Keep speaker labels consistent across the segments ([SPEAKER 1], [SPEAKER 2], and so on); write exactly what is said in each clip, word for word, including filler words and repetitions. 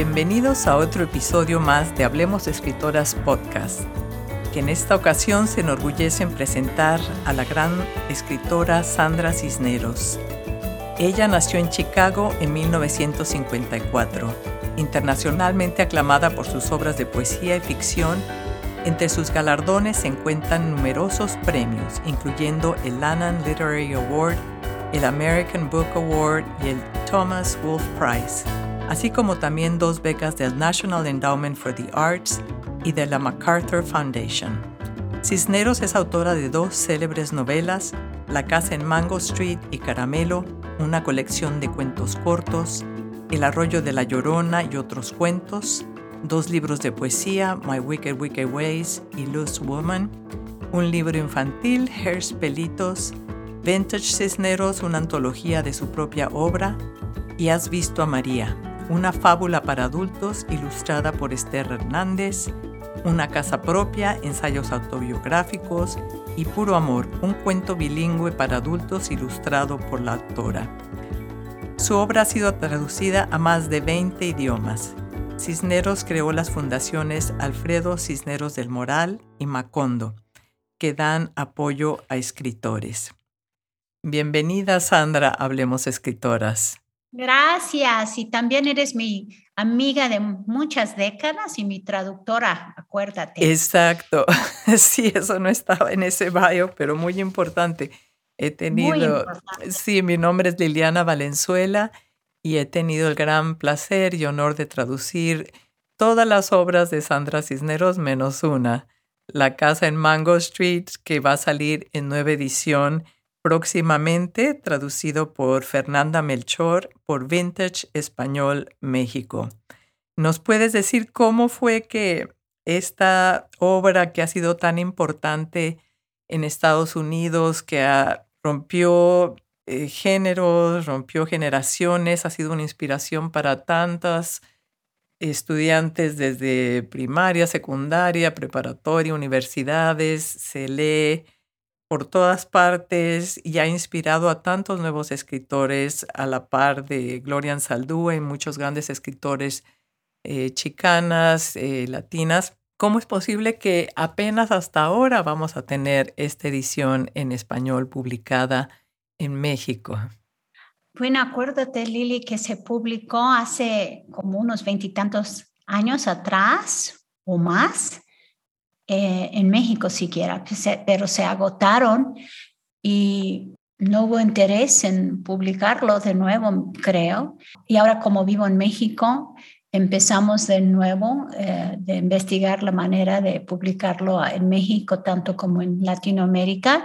[SPEAKER 1] Bienvenidos a otro episodio más de Hablemos Escritoras Podcast, que en esta ocasión se enorgullece en presentar a la gran escritora Sandra Cisneros. Ella nació en Chicago en mil novecientos cincuenta y cuatro, internacionalmente aclamada por sus obras de poesía y ficción. Entre sus galardones se encuentran numerosos premios, incluyendo el Lannan Literary Award, el American Book Award y el Thomas Wolfe Prize, así como también dos becas del National Endowment for the Arts y de la MacArthur Foundation. Cisneros es autora de dos célebres novelas, La casa en Mango Street y Caramelo, una colección de cuentos cortos, El arroyo de la Llorona y otros cuentos, dos libros de poesía, My Wicked Wicked Ways y Loose Woman, un libro infantil, Hair's Pelitos, Vintage Cisneros, una antología de su propia obra, y Has visto a María, una fábula para adultos ilustrada por Esther Hernández, Una casa propia, ensayos autobiográficos y Puro amor, un cuento bilingüe para adultos ilustrado por la autora. Su obra ha sido traducida a más de veinte idiomas. Cisneros creó las fundaciones Alfredo Cisneros del Moral y Macondo, que dan apoyo a escritores. Bienvenida, Sandra, Hablemos Escritoras.
[SPEAKER 2] Gracias, y también eres mi amiga de muchas décadas y mi traductora, acuérdate.
[SPEAKER 1] Exacto, sí, eso no estaba en ese bio, pero muy importante. He tenido,
[SPEAKER 2] muy importante.
[SPEAKER 1] Sí, mi nombre es Liliana Valenzuela y he tenido el gran placer y honor de traducir todas las obras de Sandra Cisneros menos una, La casa en Mango Street, que va a salir en nueva edición próximamente, traducido por Fernanda Melchor por Vintage Español México. ¿Nos puedes decir cómo fue que esta obra que ha sido tan importante en Estados Unidos, que ha, rompió eh, géneros, rompió generaciones, ha sido una inspiración para tantas estudiantes desde primaria, secundaria, preparatoria, universidades, se lee por todas partes y ha inspirado a tantos nuevos escritores a la par de Gloria Anzaldúa y muchos grandes escritores eh, chicanas, eh, latinas? ¿Cómo es posible que apenas hasta ahora vamos a tener esta edición en español publicada en México?
[SPEAKER 2] Bueno, acuérdate, Lili, que se publicó hace como unos veintitantos años atrás o más. Eh, en México siquiera, pero se agotaron y no hubo interés en publicarlo de nuevo, creo. Y ahora, como vivo en México, empezamos de nuevo eh, de investigar la manera de publicarlo en México, tanto como en Latinoamérica.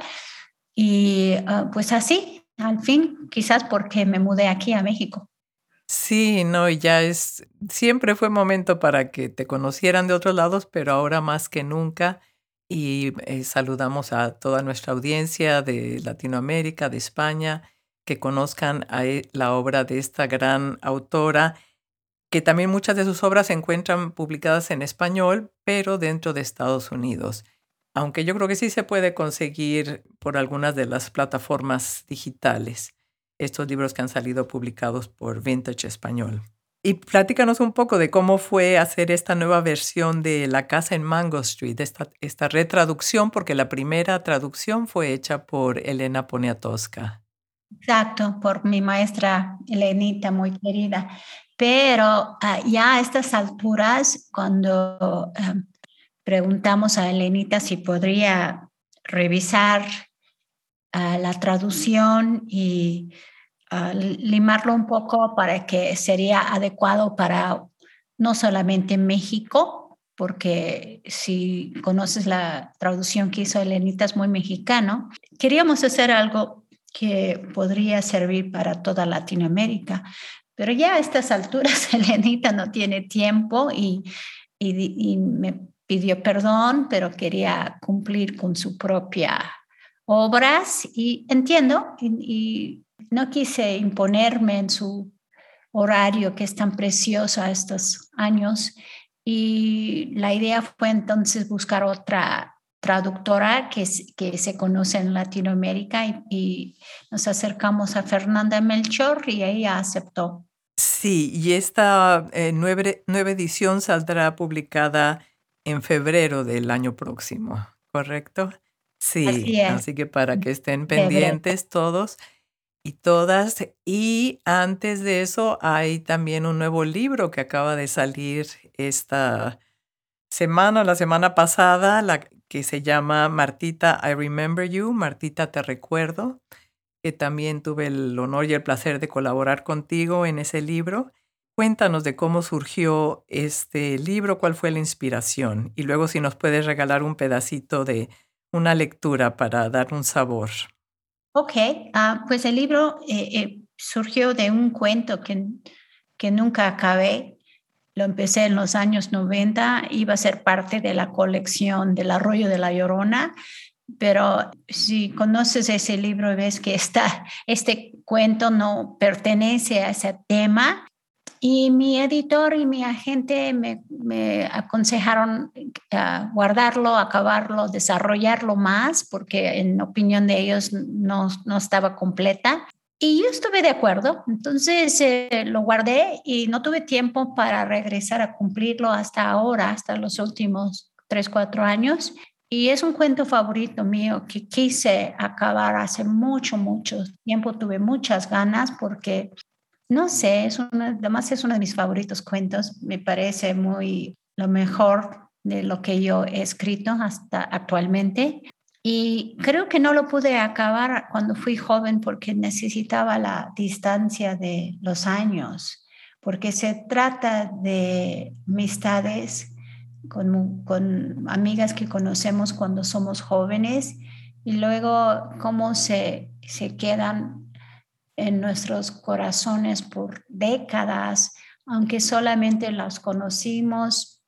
[SPEAKER 2] Y uh, pues así, al fin, quizás porque me mudé aquí a México.
[SPEAKER 1] Sí, no, ya es, siempre fue momento para que te conocieran de otros lados, pero ahora más que nunca. Y eh, saludamos a toda nuestra audiencia de Latinoamérica, de España, que conozcan a la obra de esta gran autora, que también muchas de sus obras se encuentran publicadas en español, pero dentro de Estados Unidos. Aunque yo creo que sí se puede conseguir por algunas de las plataformas digitales estos libros que han salido publicados por Vintage Español. Y platícanos un poco de cómo fue hacer esta nueva versión de La casa en Mango Street, esta, esta retraducción, porque la primera traducción fue hecha por Elena Poniatowska.
[SPEAKER 2] Exacto, por mi maestra Elenita, muy querida. Pero uh, ya a estas alturas, cuando uh, preguntamos a Elenita si podría revisar uh, la traducción y uh, limarlo un poco para que sería adecuado para no solamente México, porque si conoces la traducción que hizo Elenita es muy mexicano. Queríamos hacer algo que podría servir para toda Latinoamérica, pero ya a estas alturas Elenita no tiene tiempo y, y, y me pidió perdón, pero quería cumplir con su propia obras y entiendo y, y no quise imponerme en su horario que es tan precioso a estos años y la idea fue entonces buscar otra traductora que, que se conoce en Latinoamérica y, y nos acercamos a Fernanda Melchor y ella aceptó.
[SPEAKER 1] Sí, y esta eh, nueve, nueva edición saldrá publicada en febrero del año próximo, ¿correcto? Sí,
[SPEAKER 2] Así es,
[SPEAKER 1] así que para que estén
[SPEAKER 2] febrero.
[SPEAKER 1] pendientes todos y todas. Y antes de eso hay también un nuevo libro que acaba de salir esta semana, la semana pasada, la que se llama Martita, I Remember You, Martita, te recuerdo, que también tuve el honor y el placer de colaborar contigo en ese libro. Cuéntanos de cómo surgió este libro, cuál fue la inspiración y luego si nos puedes regalar un pedacito de una lectura para dar un sabor.
[SPEAKER 2] Ok, ah, pues el libro eh, eh, surgió de un cuento que, que nunca acabé. Lo empecé en los años noventa, iba a ser parte de la colección del Arroyo de la Llorona, pero si conoces ese libro ves que esta, este cuento no pertenece a ese tema. Y mi editor y mi agente me, me aconsejaron uh, guardarlo, acabarlo, desarrollarlo más, porque en opinión de ellos no, no estaba completa. Y yo estuve de acuerdo, entonces eh, lo guardé y no tuve tiempo para regresar a cumplirlo hasta ahora, hasta los últimos tres, cuatro años. Y es un cuento favorito mío que quise acabar hace mucho, mucho tiempo. Tuve muchas ganas porque no sé, es una, además es uno de mis favoritos cuentos. Me parece muy lo mejor de lo que yo he escrito hasta actualmente. Y creo que no lo pude acabar cuando fui joven porque necesitaba la distancia de los años, porque se trata de amistades con, con amigas que conocemos cuando somos jóvenes y luego cómo se, se quedan en nuestros corazones por décadas, aunque solamente las conocimos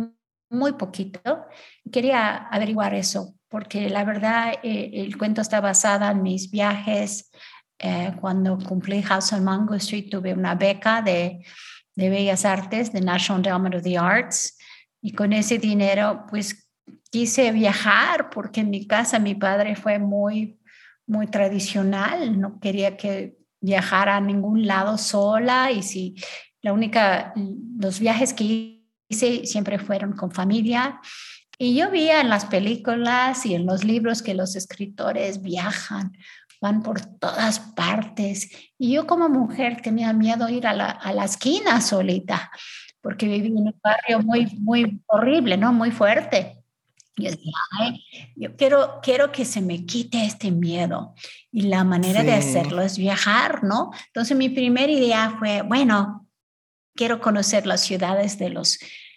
[SPEAKER 2] muy poquito. Quería averiguar eso, porque la verdad eh, el cuento está basado en mis viajes. Eh, cuando cumplí House on Mango Street tuve una beca de, de Bellas Artes, de National Endowment of the Arts, y con ese dinero pues quise viajar, porque en mi casa mi padre fue muy, muy tradicional, no quería que viajar a ningún lado sola y si la única, los viajes que hice siempre fueron con familia. Y yo veía en las películas y en los libros que los escritores viajan, van por todas partes. Y yo como mujer tenía miedo ir a la, a la esquina solita, porque viví en un barrio muy, muy horrible, ¿no? Muy fuerte. Y yo decía, ay, yo quiero, quiero que se me quite este miedo. Y la manera de
[SPEAKER 1] Sí.
[SPEAKER 2] hacerlo es viajar, ¿no? Entonces mi primera idea fue, bueno, quiero conocer las ciudades de los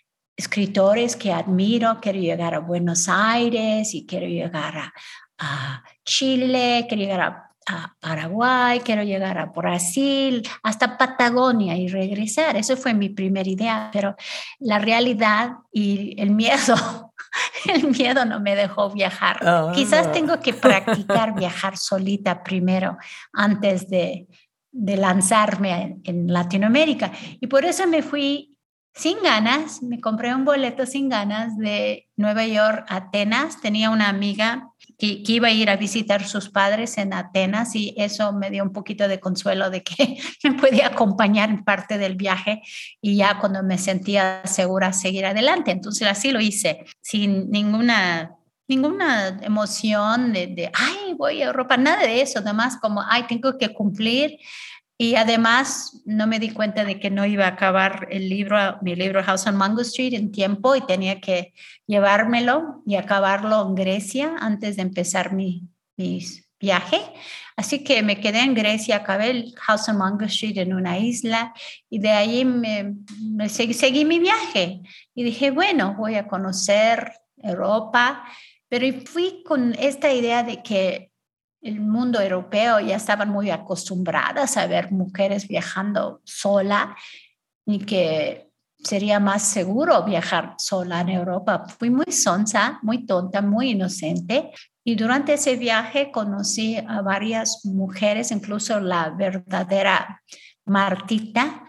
[SPEAKER 2] escritores que admiro, quiero llegar a Buenos Aires y quiero llegar a, a Chile, quiero llegar a a Paraguay, quiero llegar a Brasil, hasta Patagonia y regresar. Eso fue mi primera idea, pero la realidad y el miedo, el miedo no me dejó viajar. Quizás
[SPEAKER 1] Ah.
[SPEAKER 2] tengo que practicar viajar solita primero antes de, de lanzarme en Latinoamérica. Y por eso me fui sin ganas, me compré un boleto sin ganas de Nueva York a Atenas. Tenía una amiga que, que, iba a ir a visitar sus padres en Atenas y eso me dio un poquito de consuelo de que me podía acompañar en parte del viaje y ya cuando me sentía segura seguir adelante. Entonces así lo hice, sin ninguna ninguna emoción de, de ay, voy a Europa, nada de eso, nada más como, ay, tengo que cumplir. Y además no me di cuenta de que no iba a acabar el libro, mi libro House on Mango Street en tiempo y tenía que llevármelo y acabarlo en Grecia antes de empezar mi, mi viaje. Así que me quedé en Grecia, acabé el House on Mango Street en una isla y de ahí me, me seguí, seguí mi viaje. Y dije, bueno, voy a conocer Europa, pero fui con esta idea de que el mundo europeo ya estaban muy acostumbradas a ver mujeres viajando sola y que sería más seguro viajar sola en Europa. Fui muy sonsa, muy tonta, muy inocente. Y durante ese viaje conocí a varias mujeres, incluso la verdadera Martita,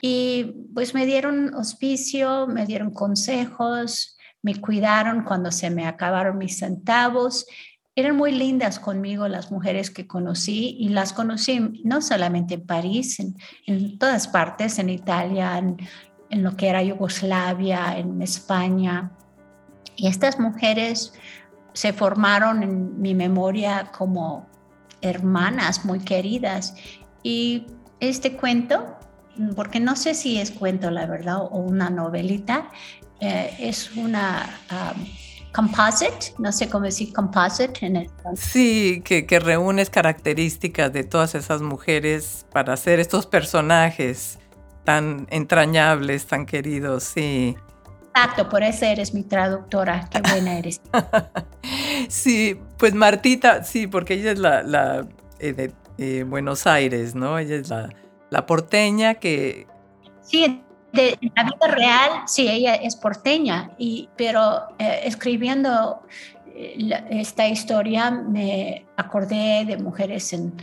[SPEAKER 2] y pues me dieron auspicio, me dieron consejos, me cuidaron cuando se me acabaron mis centavos. eran muy lindas conmigo las mujeres que conocí y las conocí no solamente en París, en, en todas partes, en Italia, en, en lo que era Yugoslavia, en España. Y estas mujeres se formaron en mi memoria como hermanas muy queridas. Y este cuento, porque no sé si es cuento la verdad o una novelita, eh, es una um, composite, no sé cómo decir composite en español.
[SPEAKER 1] Sí, que, que reúnes características de todas esas mujeres para hacer estos personajes tan entrañables, tan queridos, sí.
[SPEAKER 2] Exacto, por eso eres mi traductora, qué buena eres.
[SPEAKER 1] Sí, pues Martita, sí, porque ella es la, la eh, de eh, Buenos Aires, ¿no? Ella es la, la porteña que...
[SPEAKER 2] Sí, de la vida real, sí, ella es porteña, y, pero eh, escribiendo eh, la, esta historia me acordé de mujeres en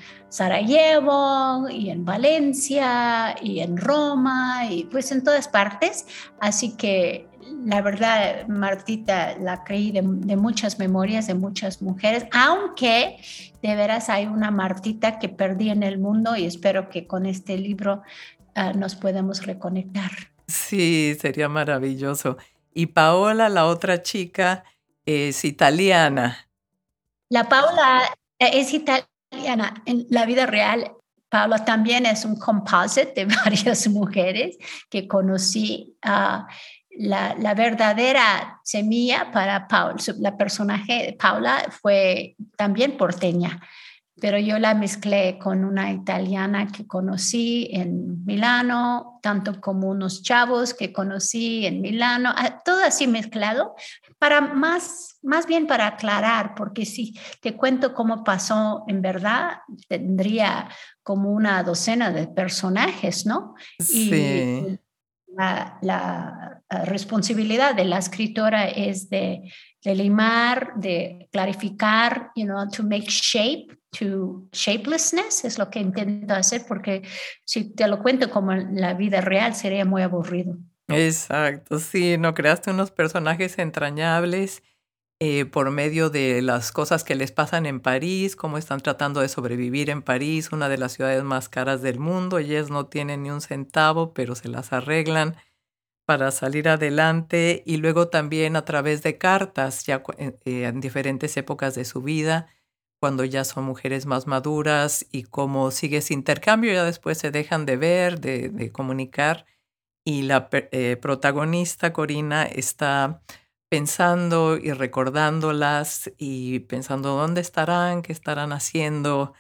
[SPEAKER 2] Sarajevo y en Valencia y en Roma y pues en todas partes, así que la verdad, Martita, la creí de, de muchas memorias de muchas mujeres, aunque de veras hay una Martita que perdí en el mundo y espero que con este libro Uh, nos podemos reconectar.
[SPEAKER 1] Sí, sería maravilloso. Y Paola, la otra chica, es italiana.
[SPEAKER 2] La Paula es italiana. En la vida real, Paula también es un composite de varias mujeres que conocí. Uh, la, la verdadera semilla para Paula, la personaje de Paula fue también porteña, pero yo la mezclé con una italiana que conocí en Milano, tanto como unos chavos que conocí en Milano, todo así mezclado, para más, más bien para aclarar, porque si te cuento cómo pasó en verdad, tendría como una docena de personajes, ¿no?
[SPEAKER 1] Sí.
[SPEAKER 2] Y la, la responsabilidad de la escritora es de, de limar, de clarificar, you know, to make shape, to shapelessness, es lo que intento hacer, porque si te lo cuento como en la vida real sería muy aburrido.
[SPEAKER 1] Exacto, sí, no creaste unos personajes entrañables eh, por medio de las cosas que les pasan en París, cómo están tratando de sobrevivir en París, una de las ciudades más caras del mundo. Ellas no tienen ni un centavo, pero se las arreglan para salir adelante, y luego también a través de cartas, ya eh, en diferentes épocas de su vida, cuando ya son mujeres más maduras, y cómo sigue ese intercambio, ya después se dejan de ver, de, de comunicar, y la eh, protagonista, Corina, está pensando y recordándolas y pensando dónde estarán, qué estarán haciendo.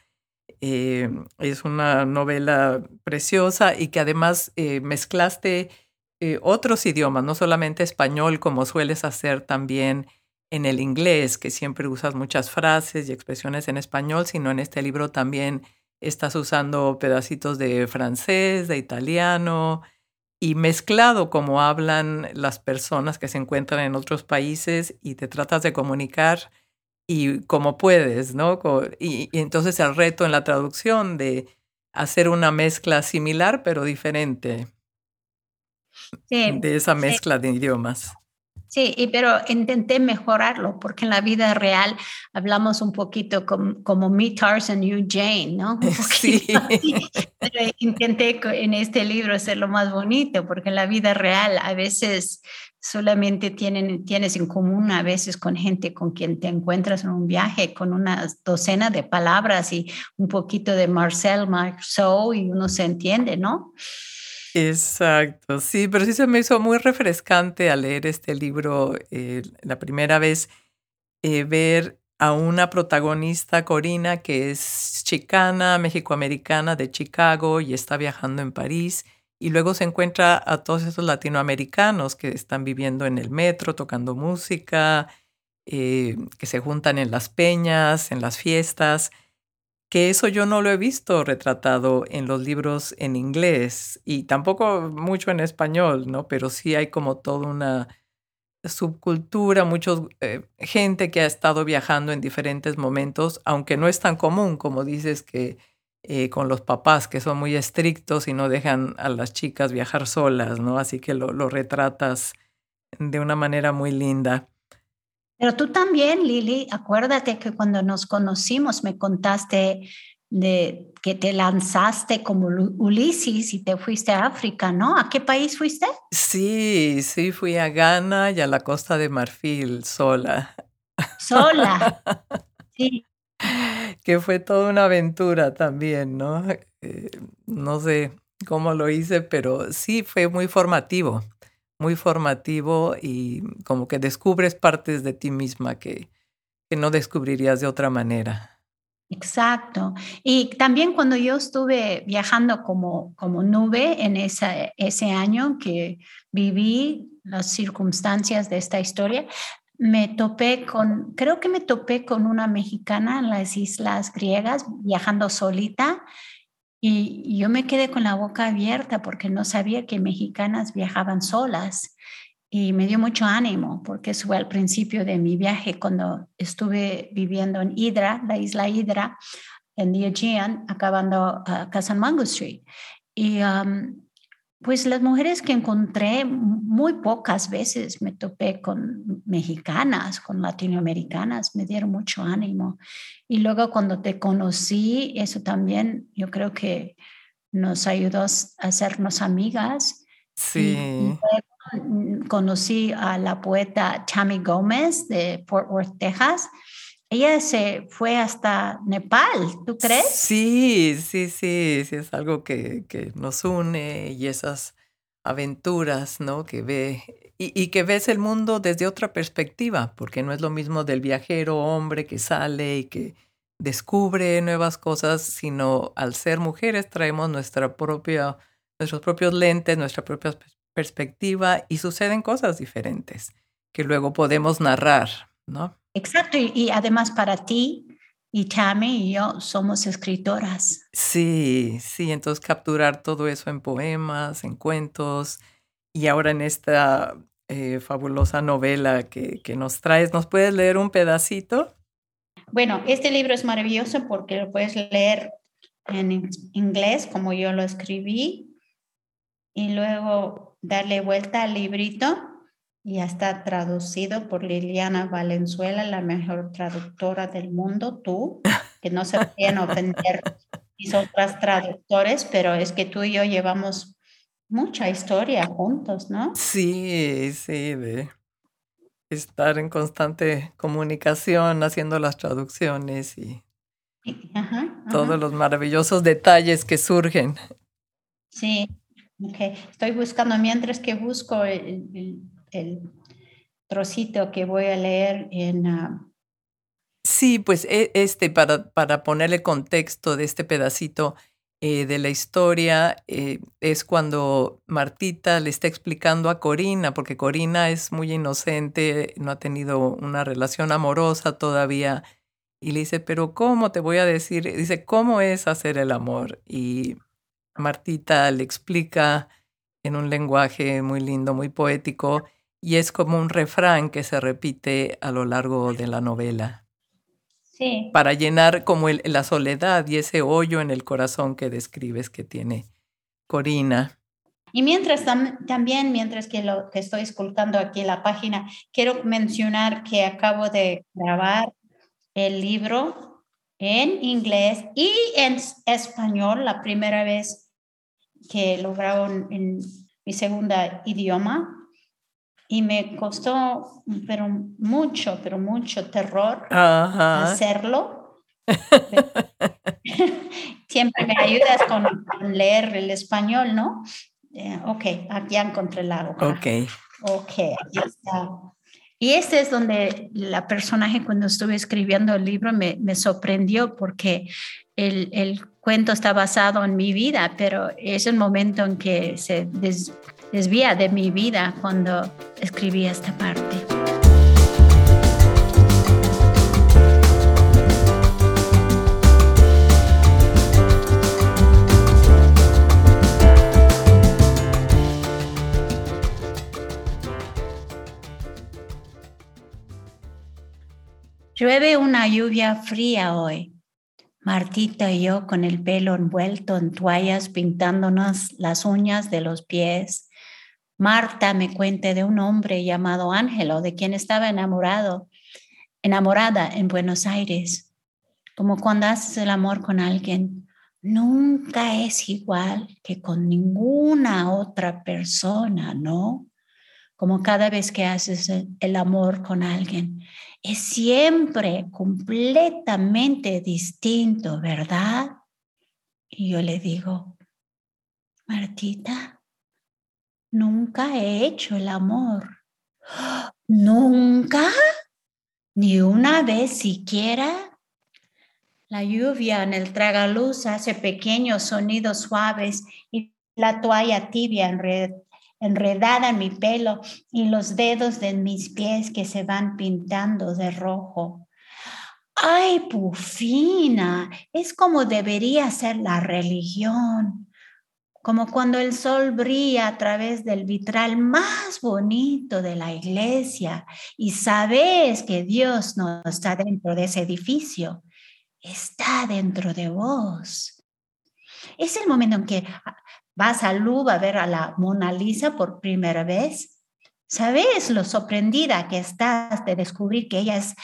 [SPEAKER 1] Eh, es una novela preciosa y que además eh, mezclaste eh, otros idiomas, no solamente español, como sueles hacer también en el inglés, que siempre usas muchas frases y expresiones en español, sino en este libro también estás usando pedacitos de francés, de italiano, y mezclado como hablan las personas que se encuentran en otros países, y te tratas de comunicar y como puedes, ¿no? Y, y entonces el reto en la traducción de hacer una mezcla similar pero diferente
[SPEAKER 2] Sí,
[SPEAKER 1] de esa
[SPEAKER 2] sí.
[SPEAKER 1] mezcla de idiomas.
[SPEAKER 2] Sí, y, pero intenté mejorarlo porque en la vida real hablamos un poquito com, como me, Tarzan, you, Jane, ¿no? Un
[SPEAKER 1] Sí.
[SPEAKER 2] Pero intenté en este libro hacerlo más bonito porque en la vida real a veces solamente tienen, tienes en común a veces con gente con quien te encuentras en un viaje con una docena de palabras y un poquito de Marcel Marceau y uno se entiende, ¿no?
[SPEAKER 1] Exacto, sí, pero sí se me hizo muy refrescante al leer este libro eh, la primera vez, eh, ver a una protagonista, Corina, que es chicana, mexicoamericana de Chicago y está viajando en París, y luego se encuentra a todos esos latinoamericanos que están viviendo en el metro, tocando música, eh, que se juntan en las peñas, en las fiestas, que eso yo no lo he visto retratado en los libros en inglés y tampoco mucho en español, ¿no? Pero sí hay como toda una subcultura, mucha eh, gente que ha estado viajando en diferentes momentos, aunque no es tan común, como dices, que eh, con los papás que son muy estrictos y no dejan a las chicas viajar solas, ¿no? Así que lo, lo retratas de una manera muy linda.
[SPEAKER 2] Pero tú también, Lili, acuérdate que cuando nos conocimos me contaste de que te lanzaste como Ulises y te fuiste a África, ¿no? ¿A qué país fuiste?
[SPEAKER 1] Sí, sí, fui a Ghana y a la Costa de Marfil sola.
[SPEAKER 2] Sola, sí.
[SPEAKER 1] Que fue toda una aventura también, ¿no? Eh, no sé cómo lo hice, pero sí fue muy formativo, muy formativo y como que descubres partes de ti misma que, que no descubrirías de otra manera.
[SPEAKER 2] Exacto. Y también cuando yo estuve viajando como, como nube en esa, ese año que viví las circunstancias de esta historia, me topé con, creo que me topé con una mexicana en las islas griegas viajando solita y yo me quedé con la boca abierta porque no sabía que mexicanas viajaban solas y me dio mucho ánimo porque eso fue al principio de mi viaje cuando estuve viviendo en Hydra, la isla Hydra, en the Aegean, acabando uh, Casamango Street. Y um, pues las mujeres que encontré, muy pocas veces me topé con mexicanas, con latinoamericanas, me dieron mucho ánimo. Y luego cuando te conocí, eso también yo creo que nos ayudó a hacernos amigas. Y, y
[SPEAKER 1] Sí.
[SPEAKER 2] luego conocí a la poeta Tammy Gómez de Fort Worth, Texas. Ella se fue hasta Nepal, ¿tú crees?
[SPEAKER 1] Sí, sí, sí, sí, es algo que, que nos une y esas aventuras, ¿no? Que ve y, y que ves el mundo desde otra perspectiva, porque no es lo mismo del viajero hombre que sale y que descubre nuevas cosas, sino al ser mujeres traemos nuestra propia, nuestros propios lentes, nuestra propia pers- perspectiva y suceden cosas diferentes que luego podemos narrar, ¿no?
[SPEAKER 2] Exacto, y, y además para ti y Tammy y yo somos escritoras.
[SPEAKER 1] Sí, sí, entonces capturar todo eso en poemas, en cuentos y ahora en esta eh, fabulosa novela que, que nos traes, ¿nos puedes leer un pedacito?
[SPEAKER 2] Bueno, este libro es maravilloso porque lo puedes leer en inglés como yo lo escribí y luego darle vuelta al librito y ya está traducido por Liliana Valenzuela, la mejor traductora del mundo, tú, que no se vayan a ofender mis otras traductores, pero es que tú y yo llevamos mucha historia juntos, ¿no?
[SPEAKER 1] Sí, sí, de estar en constante comunicación, haciendo las traducciones y
[SPEAKER 2] Ajá,
[SPEAKER 1] todos
[SPEAKER 2] ajá.
[SPEAKER 1] los maravillosos detalles que surgen.
[SPEAKER 2] Sí, ok. Estoy buscando, mientras que busco el, el- el trocito que voy a leer en... ah,
[SPEAKER 1] Sí, pues e- este, para, para ponerle contexto de este pedacito eh, de la historia, eh, es cuando Martita le está explicando a Corina, porque Corina es muy inocente, no ha tenido una relación amorosa todavía, y le dice, pero ¿cómo te voy a decir? Dice, ¿cómo es hacer el amor? Y Martita le explica en un lenguaje muy lindo, muy poético, y es como un refrán que se repite a lo largo de la novela
[SPEAKER 2] sí.
[SPEAKER 1] para llenar como el, la soledad y ese hoyo en el corazón que describes que tiene Corina.
[SPEAKER 2] Y mientras tam- también, mientras que lo que estoy escultando aquí la página, quiero mencionar que acabo de grabar el libro en inglés y en s- español, la primera vez que lo grabo en, en mi segunda idioma. Y me costó, pero mucho, pero mucho terror
[SPEAKER 1] Ajá.
[SPEAKER 2] hacerlo. Siempre me ayudas con, con leer el español, ¿no? Eh, ok, aquí ya encontré la
[SPEAKER 1] Ok.
[SPEAKER 2] hoja. Ok, aquí está. Y este es donde la personaje cuando estuve escribiendo el libro me, me sorprendió porque el, el cuento está basado en mi vida, pero es el momento en que se des, desvía de mi vida cuando escribí esta parte. Llueve una lluvia fría hoy. Martita y yo con el pelo envuelto en toallas pintándonos las uñas de los pies. Marta me cuenta de un hombre llamado Ángelo, de quien estaba enamorado, enamorada en Buenos Aires, como cuando haces el amor con alguien, nunca es igual que con ninguna otra persona, ¿no? Como cada vez que haces el, el amor con alguien, es siempre completamente distinto, ¿verdad? Y yo le digo, Martita, nunca he hecho el amor. ¿Nunca? ¿Ni una vez siquiera? La lluvia en el tragaluz hace pequeños sonidos suaves y la toalla tibia enred, enredada en mi pelo y los dedos de mis pies que se van pintando de rojo. ¡Ay, Pufina! Es como debería ser la religión. Como cuando el sol brilla a través del vitral más bonito de la iglesia y sabes que Dios no está dentro de ese edificio, está dentro de vos. Es el momento en que vas al Louvre a ver a la Mona Lisa por primera vez. ¿Sabes lo sorprendida que estás de descubrir que ella es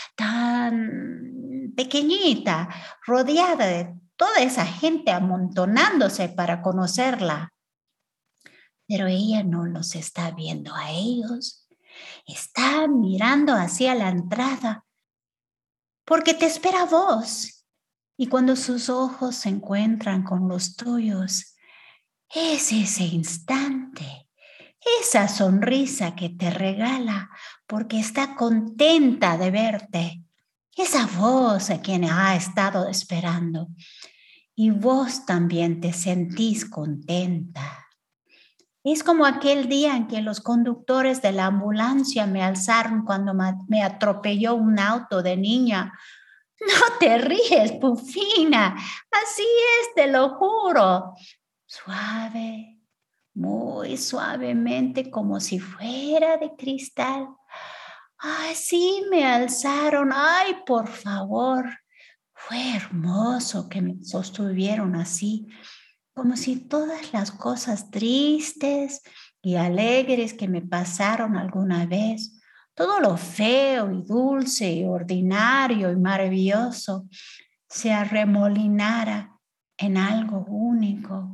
[SPEAKER 2] tan pequeñita, rodeada de toda esa gente amontonándose para conocerla? Pero ella no los está viendo a ellos. Está mirando hacia la entrada porque te espera a vos. Y cuando sus ojos se encuentran con los tuyos, es ese instante, esa sonrisa que te regala porque está contenta de verte. Esa voz a quien ha estado esperando. Y vos también te sentís contenta. Es como aquel día en que los conductores de la ambulancia me alzaron cuando me atropelló un auto de niña. No te ríes, Pufina. Así es, te lo juro. Suave, muy suavemente, como si fuera de cristal. Ay, sí, me alzaron. Ay, por favor. Fue hermoso que me sostuvieron así, como si todas las cosas tristes y alegres que me pasaron alguna vez, todo lo feo y dulce y ordinario y maravilloso, se arremolinara en algo único.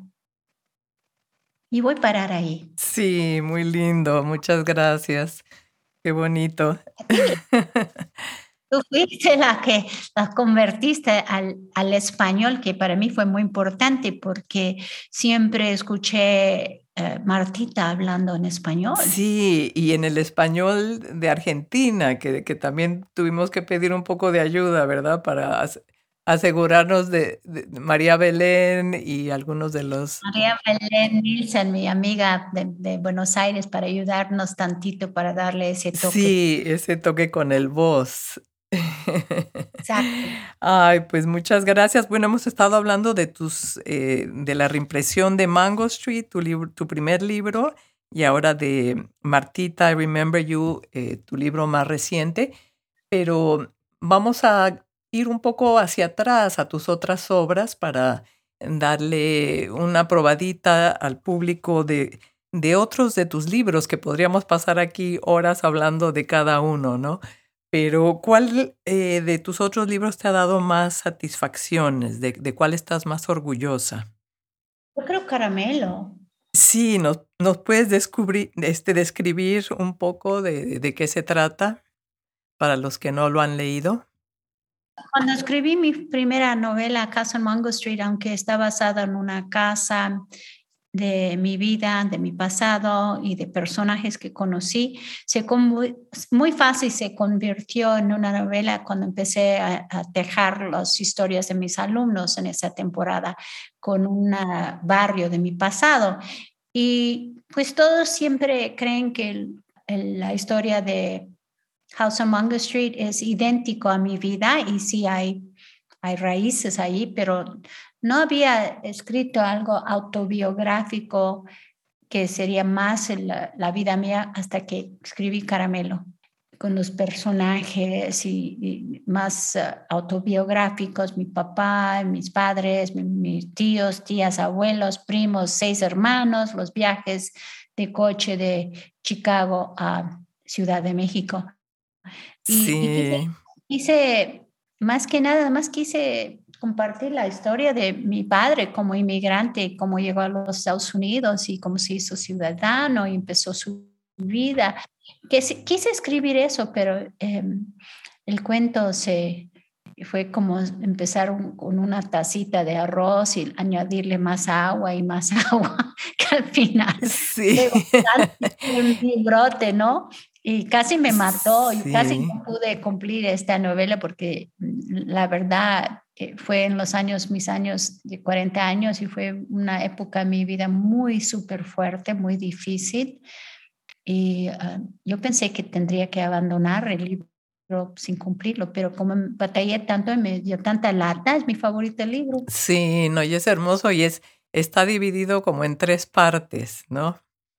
[SPEAKER 2] Y voy a parar ahí.
[SPEAKER 1] Sí, muy lindo. Muchas gracias. Qué bonito.
[SPEAKER 2] A ti. Tú fuiste la que la convertiste al, al español, que para mí fue muy importante porque siempre escuché eh, Martita hablando en español.
[SPEAKER 1] Sí, y en el español de Argentina, que, que también tuvimos que pedir un poco de ayuda, ¿verdad? Para as- asegurarnos de, de María Belén y algunos de los...
[SPEAKER 2] María Belén Nielsen, mi amiga de, de Buenos Aires, para ayudarnos tantito para darle ese toque.
[SPEAKER 1] Sí, ese toque con el voz.
[SPEAKER 2] Exacto.
[SPEAKER 1] Ay, pues muchas gracias. Bueno, hemos estado hablando de tus, eh, de la reimpresión de Mango Street, tu libro, tu primer libro, y ahora de Martita, I Remember You, eh, tu libro más reciente. Pero vamos a ir un poco hacia atrás a tus otras obras para darle una probadita al público de, de otros de tus libros, que podríamos pasar aquí horas hablando de cada uno, ¿no? Pero ¿cuál eh, de tus otros libros te ha dado más satisfacciones? ¿De, de cuál estás más orgullosa?
[SPEAKER 2] Yo creo caramelo.
[SPEAKER 1] Sí, ¿nos, nos puedes descubrir, este, describir un poco de, de qué se trata para los que no lo han leído?
[SPEAKER 2] Cuando escribí mi primera novela, Casa en Mango Street, aunque está basada en una casa de mi vida, de mi pasado y de personajes que conocí, se muy, muy fácil se convirtió en una novela cuando empecé a, a tejer las historias de mis alumnos en esa temporada con un barrio de mi pasado. Y pues todos siempre creen que el, el, la historia de House on Mango Street es idéntico a mi vida y sí hay, hay raíces ahí, pero no había escrito algo autobiográfico que sería más la, la vida mía hasta que escribí Caramelo, con los personajes y, y más uh, autobiográficos, mi papá, mis padres, mi, mis tíos, tías, abuelos, primos, seis hermanos, los viajes de coche de Chicago a Ciudad de México. Y, y quise,
[SPEAKER 1] Sí.
[SPEAKER 2] quise, más que nada, más quise compartir la historia de mi padre como inmigrante, cómo llegó a los Estados Unidos y cómo se hizo ciudadano y empezó su vida. Que sí- quise escribir eso, pero eh, el cuento se fue como empezar un- con una tacita de arroz y añadirle más agua y más agua, que al final
[SPEAKER 1] Sí.
[SPEAKER 2] fue bastante un librote, ¿no? Y casi me mató, y casi
[SPEAKER 1] Sí.
[SPEAKER 2] no pude cumplir esta novela porque mm, la verdad eh, fue en los años, mis años de cuarenta años y fue una época en mi vida muy súper fuerte, muy difícil. Y ah, yo pensé que tendría que abandonar el libro sin cumplirlo, pero como batallé tanto y me dio tanta lata, es mi favorito libro.
[SPEAKER 1] Sí, no, y es hermoso y es, está dividido como en tres partes, ¿no?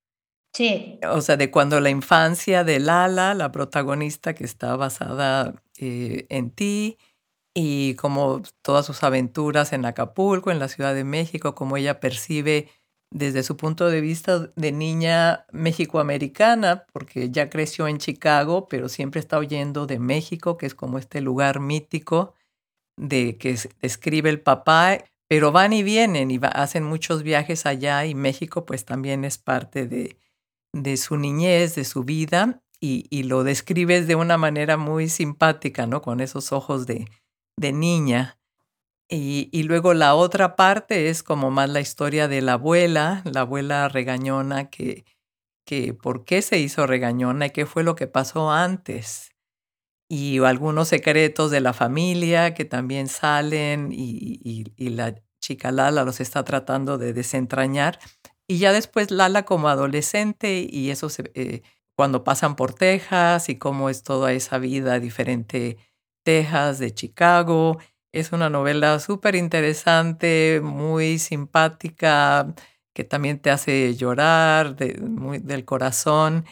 [SPEAKER 2] Sí,
[SPEAKER 1] O sea, de cuando la infancia de Lala, la protagonista que está basada eh, en ti, y como todas sus aventuras en Acapulco, en la Ciudad de México, como ella percibe desde su punto de vista de niña mexicoamericana, porque ya creció en Chicago, pero siempre está oyendo de México, que es como este lugar mítico de que es- describe el papá, pero van y vienen y va- hacen muchos viajes allá y México pues también es parte de, de su niñez, de su vida y, y lo describes de una manera muy simpática, ¿no? Con esos ojos de, de niña. Y, y luego la otra parte es como más la historia de la abuela, la abuela regañona, que, que por qué se hizo regañona y qué fue lo que pasó antes y algunos secretos de la familia que también salen y, y- y la chica Lala los está tratando de desentrañar. Y ya después Lala como adolescente y eso se, eh, cuando pasan por Texas y cómo es toda esa vida diferente Texas de Chicago. Es una novela súper interesante, muy simpática, que también te hace llorar de- muy del corazón.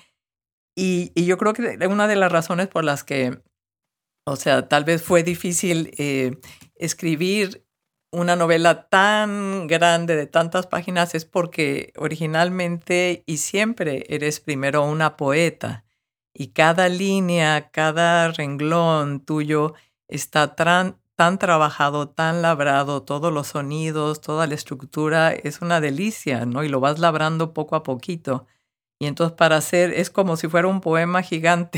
[SPEAKER 1] Y, y yo creo que una de las razones por las que o sea, tal vez fue difícil eh, escribir una novela tan grande de tantas páginas es porque originalmente y siempre eres primero una poeta y cada línea, cada renglón tuyo está tan, tan trabajado, tan labrado, todos los sonidos, toda la estructura es una delicia, ¿no? Y lo vas labrando poco a poquito. Y entonces para hacer es como si fuera un poema gigante,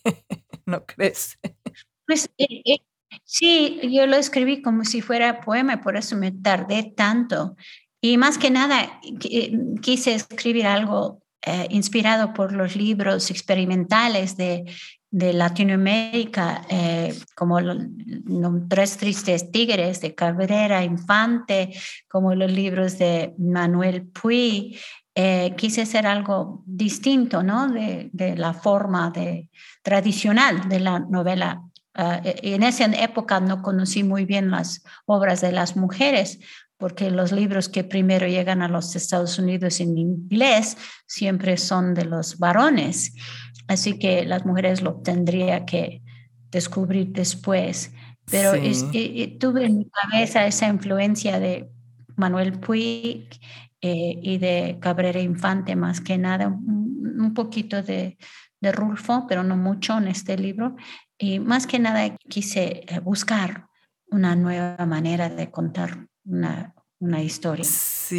[SPEAKER 1] ¿no crees?
[SPEAKER 2] pues eh, eh, sí, yo lo escribí como si fuera poema, por eso me tardé tanto. Y más que nada, qui- quise escribir algo eh, inspirado por los libros experimentales de, de Latinoamérica, eh, como lo- lo- Tres Tristes Tigres de Cabrera Infante, como los libros de Manuel Puig. Eh, quise hacer algo distinto, ¿no? De, de la forma de, tradicional de la novela. Uh, en esa época no conocí muy bien las obras de las mujeres, porque los libros que primero llegan a los Estados Unidos en inglés siempre son de los varones. Así que las mujeres lo tendría que descubrir después. Pero es,
[SPEAKER 1] Sí.
[SPEAKER 2] y, y tuve en mi cabeza esa influencia de Manuel Puig eh, y de Cabrera Infante, más que nada, un, un poquito de, de Rulfo, pero no mucho en este libro. Y más que nada quise eh, buscar una nueva manera de contar una, una historia.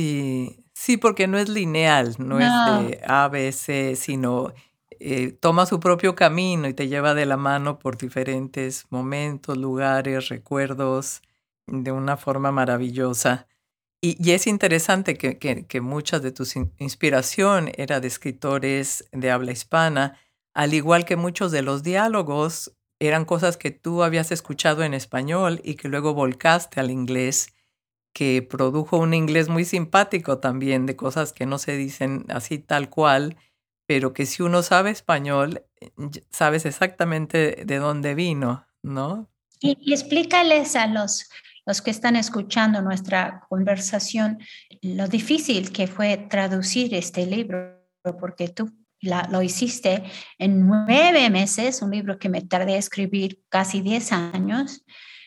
[SPEAKER 1] Sí, sí, porque no es lineal, no es
[SPEAKER 2] No,
[SPEAKER 1] de A, B, C, sino eh, toma su propio camino y te lleva de la mano por diferentes momentos, lugares, recuerdos, de una forma maravillosa. Y, y es interesante que, que, que muchas de tu in- inspiración era de escritores de habla hispana, al igual que muchos de los diálogos eran cosas que tú habías escuchado en español y que luego volcaste al inglés que produjo un inglés muy simpático también, de cosas que no se dicen así tal cual, pero que si uno sabe español, eh, y- sabes exactamente de dónde vino, ¿no?
[SPEAKER 2] y, y explícales a los, los que están escuchando nuestra conversación lo difícil que fue traducir este libro, porque tú la, lo hiciste en nueve meses, un libro que me tardé a escribir casi diez años,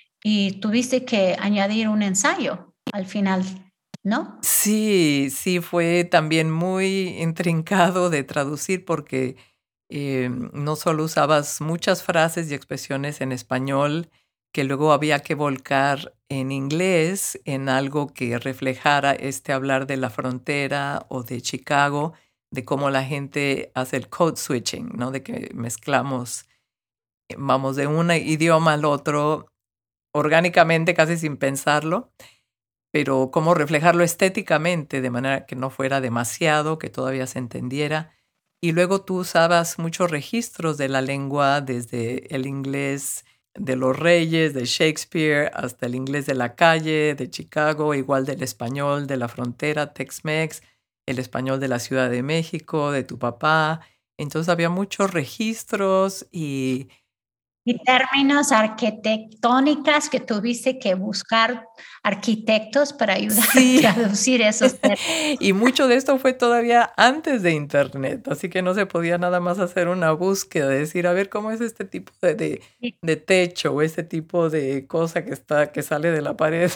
[SPEAKER 2] y tuviste que añadir un ensayo al final, ¿no?
[SPEAKER 1] Sí, sí, fue también muy intrincado de traducir porque eh, no solo usabas muchas frases y expresiones en español que luego había que volcar en inglés en algo que reflejara este hablar de la frontera o de Chicago, de cómo la gente hace el code switching, ¿no? De que mezclamos, vamos de un idioma al otro orgánicamente, casi sin pensarlo, pero cómo reflejarlo estéticamente de manera que no fuera demasiado, que todavía se entendiera. Y luego tú usabas muchos registros de la lengua, desde el inglés de los reyes, de Shakespeare, hasta el inglés de la calle, de Chicago, igual del español de la frontera, Tex-Mex, el español de la Ciudad de México, de tu papá. Entonces había muchos registros y...
[SPEAKER 2] Y términos arquitectónicas que tuviste que buscar arquitectos para ayudar
[SPEAKER 1] Sí.
[SPEAKER 2] a traducir esos términos.
[SPEAKER 1] Y mucho de esto fue todavía antes de Internet, así que no se podía nada más hacer una búsqueda, de decir, a ver, ¿cómo es este tipo de, de, de techo o este tipo de cosa que, está, que sale de la pared?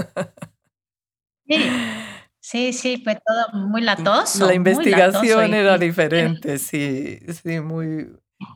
[SPEAKER 2] Sí. Sí, sí, fue todo muy latoso.
[SPEAKER 1] La investigación
[SPEAKER 2] muy latoso
[SPEAKER 1] era
[SPEAKER 2] y,
[SPEAKER 1] diferente, sí, sí, muy...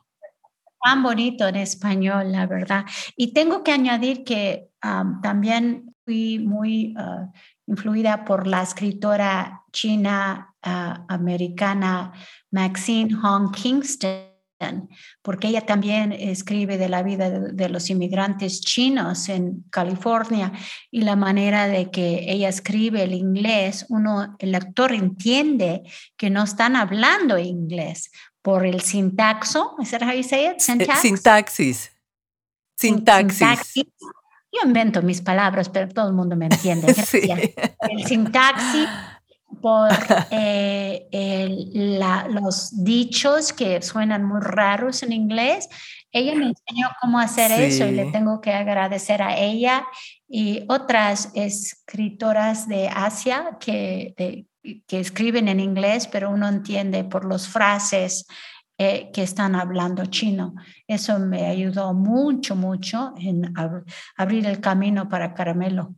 [SPEAKER 2] Tan bonito en español, la verdad. Y tengo que añadir que um, también fui muy uh, influida por la escritora china uh, americana Maxine Hong Kingston, porque ella también escribe de la vida de, de los inmigrantes chinos en California y la manera de que ella escribe el inglés, uno, el lector entiende que no están hablando inglés por el sintaxo. ¿Es that how you say it? Syntax?
[SPEAKER 1] Sintaxis. Sintaxis.
[SPEAKER 2] Sintaxis. Yo invento mis palabras, pero todo el mundo me entiende.
[SPEAKER 1] Sí.
[SPEAKER 2] El sintaxis, por eh, el, la, los dichos que suenan muy raros en inglés. Ella me enseñó cómo hacer
[SPEAKER 1] Sí.
[SPEAKER 2] eso y le tengo que agradecer a ella y otras escritoras de Asia que, de, que escriben en inglés, pero uno entiende por las frases eh, que están hablando chino. Eso me ayudó mucho, mucho en ab- abrir el camino para Caramelo.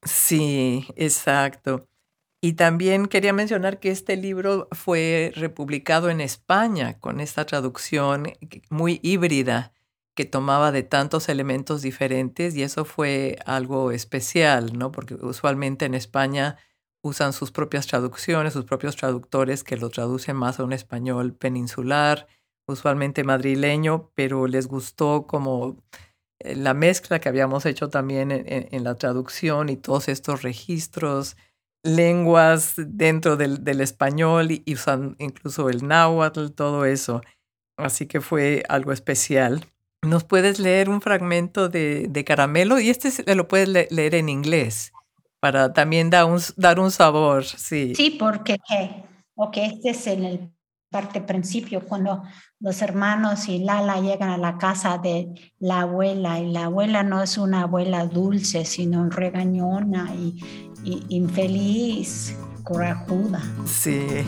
[SPEAKER 1] Sí, exacto. Y también quería mencionar que este libro fue republicado en España con esta traducción muy híbrida que tomaba de tantos elementos diferentes y eso fue algo especial, ¿no? Porque usualmente en España usan sus propias traducciones, sus propios traductores que lo traducen más a un español peninsular, usualmente madrileño, pero les gustó como la mezcla que habíamos hecho también en, en, en la traducción y todos estos registros, lenguas dentro del, del español y, y usan incluso el náhuatl, todo eso. Así que fue algo especial. ¿Nos puedes leer un fragmento de, de Caramelo? Y este se- lo puedes le- leer en inglés para también dar un, dar un sabor, sí.
[SPEAKER 2] Sí, porque okay, este es en el parte principio, cuando los hermanos y Lala llegan a la casa de la abuela, y la abuela no es una abuela dulce, sino regañona y, y infeliz, corajuda.
[SPEAKER 1] Sí.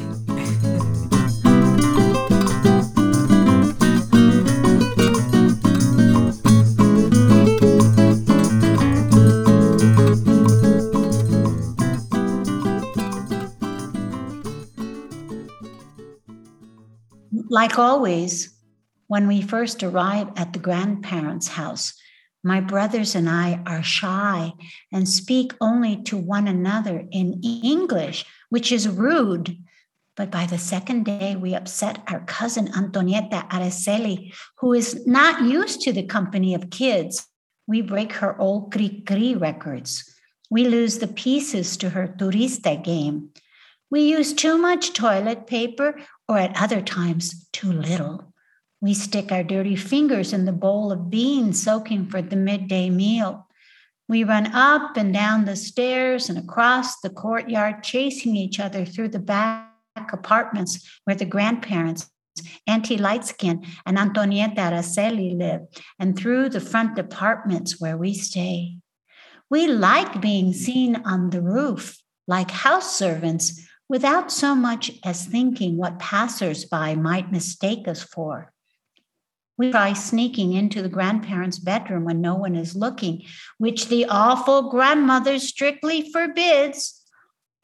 [SPEAKER 2] Like always, when we first arrive at the grandparents' house, my brothers and I are shy and speak only to one another in English, which is rude. But by the second day, we upset our cousin Antonieta Araceli, who is not used to the company of kids. We break her old cri-cri records. We lose the pieces to her turista game. We use too much toilet paper, or at other times, too little. We stick our dirty fingers in the bowl of beans soaking for the midday meal. We run up and down the stairs and across the courtyard, chasing each other through the back apartments where the grandparents, Auntie Lightskin and Antonieta Araceli, live, and through the front apartments where we stay. We like being seen on the roof, like house servants, without so much as thinking what passers-by might mistake us for. We try sneaking into the grandparents' bedroom when no one is looking, which the awful grandmother strictly forbids.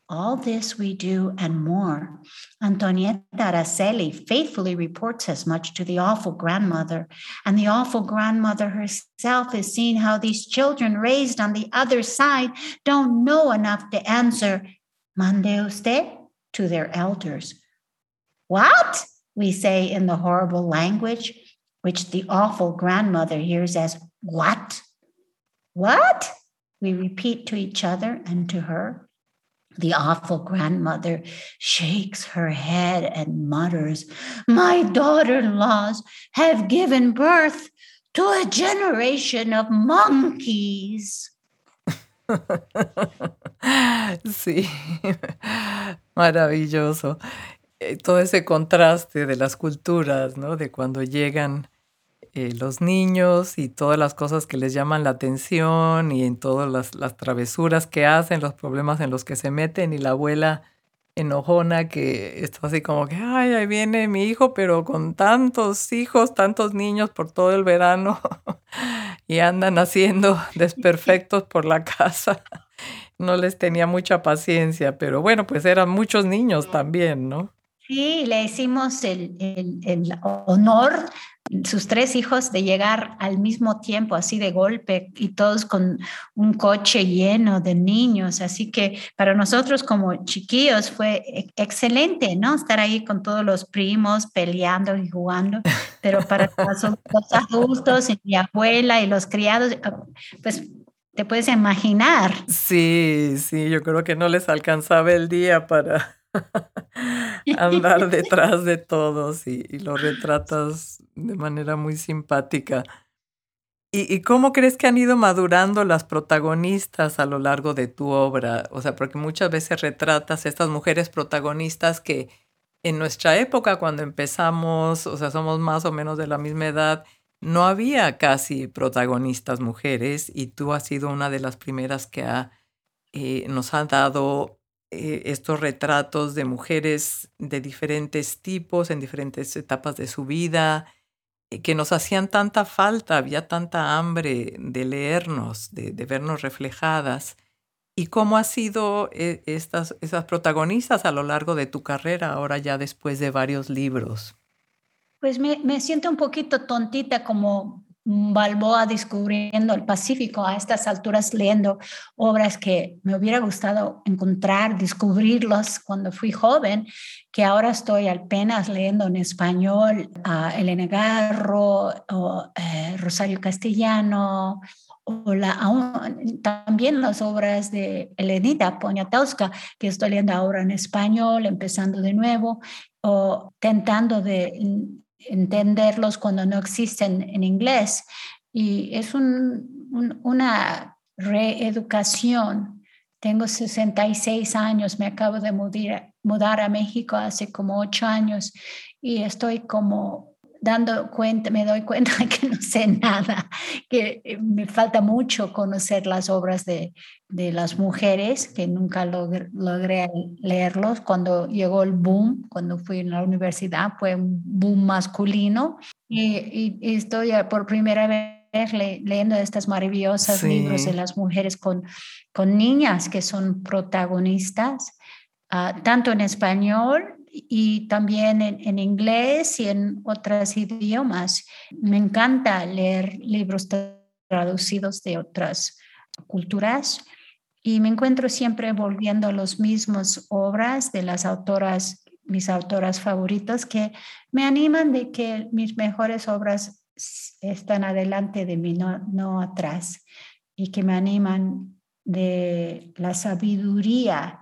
[SPEAKER 2] All this we do and more. Antonietta Araceli faithfully reports as much to the awful grandmother, and the awful grandmother herself is seeing how these children raised on the other side don't know enough to answer, "Mande usted?" to their elders. "What?" we say in the horrible language, which the awful grandmother hears as "what?" "What?" we repeat to each other and to her. The awful grandmother shakes her head and mutters, "My daughter-in-laws have given birth to a generation of monkeys."
[SPEAKER 1] Sí, maravilloso. Eh, todo ese contraste de las culturas, ¿no? De cuando llegan eh, los niños y todas las cosas que les llaman la atención y en todas las, las travesuras que hacen, los problemas en los que se meten y la abuela enojona que está así como que, ay, ahí viene mi hijo, pero con tantos hijos, tantos niños por todo el verano y andan haciendo desperfectos por la casa. No les tenía mucha paciencia, pero bueno, pues eran muchos niños también, ¿no?
[SPEAKER 2] Sí, le hicimos el, el, el honor, sus tres hijos, de llegar al mismo tiempo, así de golpe, y todos con un coche lleno de niños. Así que para nosotros como chiquillos fue e- excelente, ¿no? Estar ahí con todos los primos peleando y jugando, pero para los, los adultos y mi abuela y los criados, pues te puedes imaginar.
[SPEAKER 1] Sí, sí, yo creo que no les alcanzaba el día para andar detrás de todos y, y lo retratas de manera muy simpática. ¿Y, y cómo crees que han ido madurando las protagonistas a lo largo de tu obra? O sea, porque muchas veces retratas estas mujeres protagonistas que en nuestra época, cuando empezamos, o sea, somos más o menos de la misma edad, no había casi protagonistas mujeres y tú has sido una de las primeras que ha, eh, nos ha dado eh, estos retratos de mujeres de diferentes tipos, en diferentes etapas de su vida, eh, que nos hacían tanta falta, había tanta hambre de leernos, de, de vernos reflejadas. ¿Y cómo han sido eh, estas, esas protagonistas a lo largo de tu carrera, ahora ya después de varios libros?
[SPEAKER 2] Pues me, me siento un poquito tontita como Balboa descubriendo el Pacífico a estas alturas, leyendo obras que me hubiera gustado encontrar, descubrirlos cuando fui joven, que ahora estoy apenas leyendo en español a Elena Garro o eh, Rosario Castellano, o la, aún, también las obras de Elenita Poniatowska, que estoy leyendo ahora en español, empezando de nuevo, o tentando de entenderlos cuando no existen en inglés. Y es un, un, una reeducación. Tengo sesenta y seis años, me acabo de mudar, mudar a México hace como ocho años y estoy como dando cuenta, me doy cuenta que no sé nada, que me falta mucho conocer las obras de, de las mujeres, que nunca logré, logré leerlos. Cuando llegó el boom, cuando fui a la universidad, fue un boom masculino y, y, y estoy por primera vez le, leyendo estos maravillosos libros de
[SPEAKER 1] Sí.
[SPEAKER 2] las mujeres con, con niñas que son protagonistas, uh, tanto en español y también en, en inglés y en otros idiomas. Me encanta leer libros traducidos de otras culturas y me encuentro siempre volviendo a las mismas obras de las autoras, mis autoras favoritas, que me animan de que mis mejores obras están adelante de mí, no, no atrás, y que me animan de la sabiduría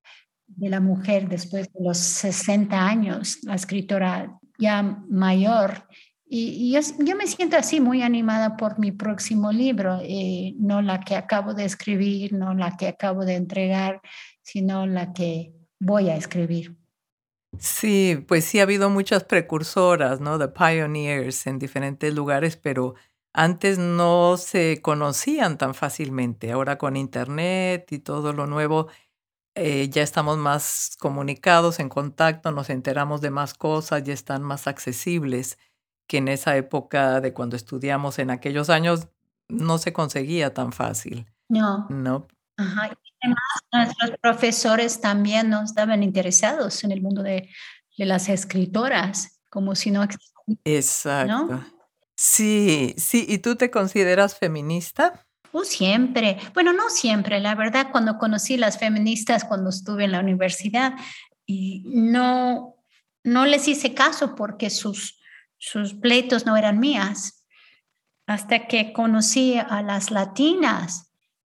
[SPEAKER 2] de la mujer después de los sesenta años, la escritora ya mayor. Y, y yo, yo, me siento así muy animada por mi próximo libro, eh, no la que acabo de escribir, no la que acabo de entregar, sino la que voy a escribir.
[SPEAKER 1] Sí, pues sí ha habido muchas precursoras, ¿no? The pioneers en diferentes lugares, pero antes no se conocían tan fácilmente. Ahora con internet y todo lo nuevo, eh, ya estamos más comunicados, en contacto, nos enteramos de más cosas, ya están más accesibles que en esa época de cuando estudiamos en aquellos años no se conseguía tan fácil,
[SPEAKER 2] No.
[SPEAKER 1] ¿no?
[SPEAKER 2] Ajá, y además nuestros profesores también no estaban interesados en el mundo de de las escritoras, como si no existi
[SPEAKER 1] Exacto.
[SPEAKER 2] ¿no?
[SPEAKER 1] Sí, sí, ¿y tú te consideras feminista?
[SPEAKER 2] Uh, siempre. Bueno, no siempre, la verdad, cuando conocí las feministas, cuando estuve en la universidad, y no no les hice caso porque sus sus pleitos no eran mías, hasta que conocí a las latinas.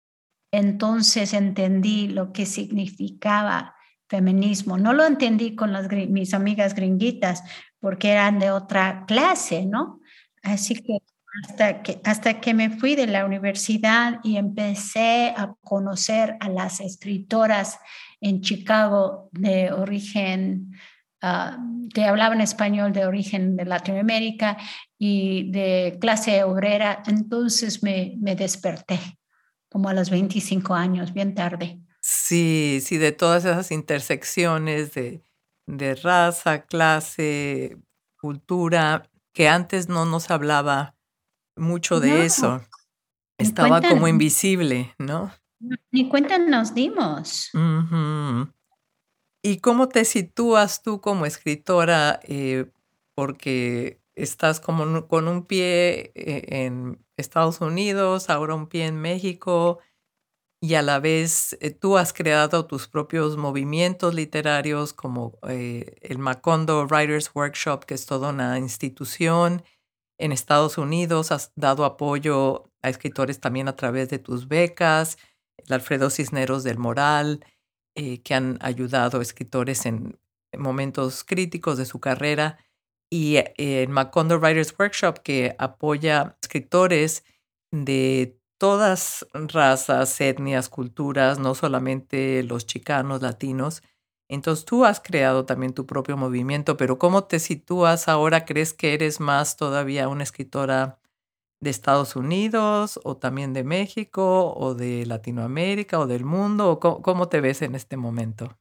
[SPEAKER 2] Entonces entendí lo que significaba feminismo. No lo entendí con las gri mis amigas gringuitas, porque eran de otra clase, ¿no? Así que hasta que hasta que me fui de la universidad y empecé a conocer a las escritoras en Chicago de origen, ah, que hablaban español de origen de Latinoamérica y de clase obrera, entonces me me desperté. Como a los veinticinco años, bien tarde.
[SPEAKER 1] Sí, sí, de todas esas intersecciones de de raza, clase, cultura, que antes no nos hablaba mucho de
[SPEAKER 2] No,
[SPEAKER 1] eso.
[SPEAKER 2] ni
[SPEAKER 1] Estaba
[SPEAKER 2] cuenta
[SPEAKER 1] como invisible, ¿no?
[SPEAKER 2] ni cuenta nos dimos.
[SPEAKER 1] Ujú. ¿Y cómo te sitúas tú como escritora? Eh, porque estás como en un- con un pie e en Estados Unidos, ahora un pie en México, y a la vez, eh, tú has creado tus propios movimientos literarios como, eh, el Macondo Writers Workshop, que es toda una institución en Estados Unidos. Has dado apoyo a escritores también a través de tus becas, el Alfredo Cisneros del Moral, eh, que han ayudado a escritores en momentos críticos de su carrera, y, eh, el Macondo Writers Workshop, que apoya escritores de todas razas, etnias, culturas, no solamente los chicanos, latinos. Entonces, tú has creado también tu propio movimiento, pero ¿cómo te sitúas ahora? ¿Crees que eres más todavía una escritora de Estados Unidos, o también de México, o de Latinoamérica, o del mundo? ¿O có cómo te ves en este momento?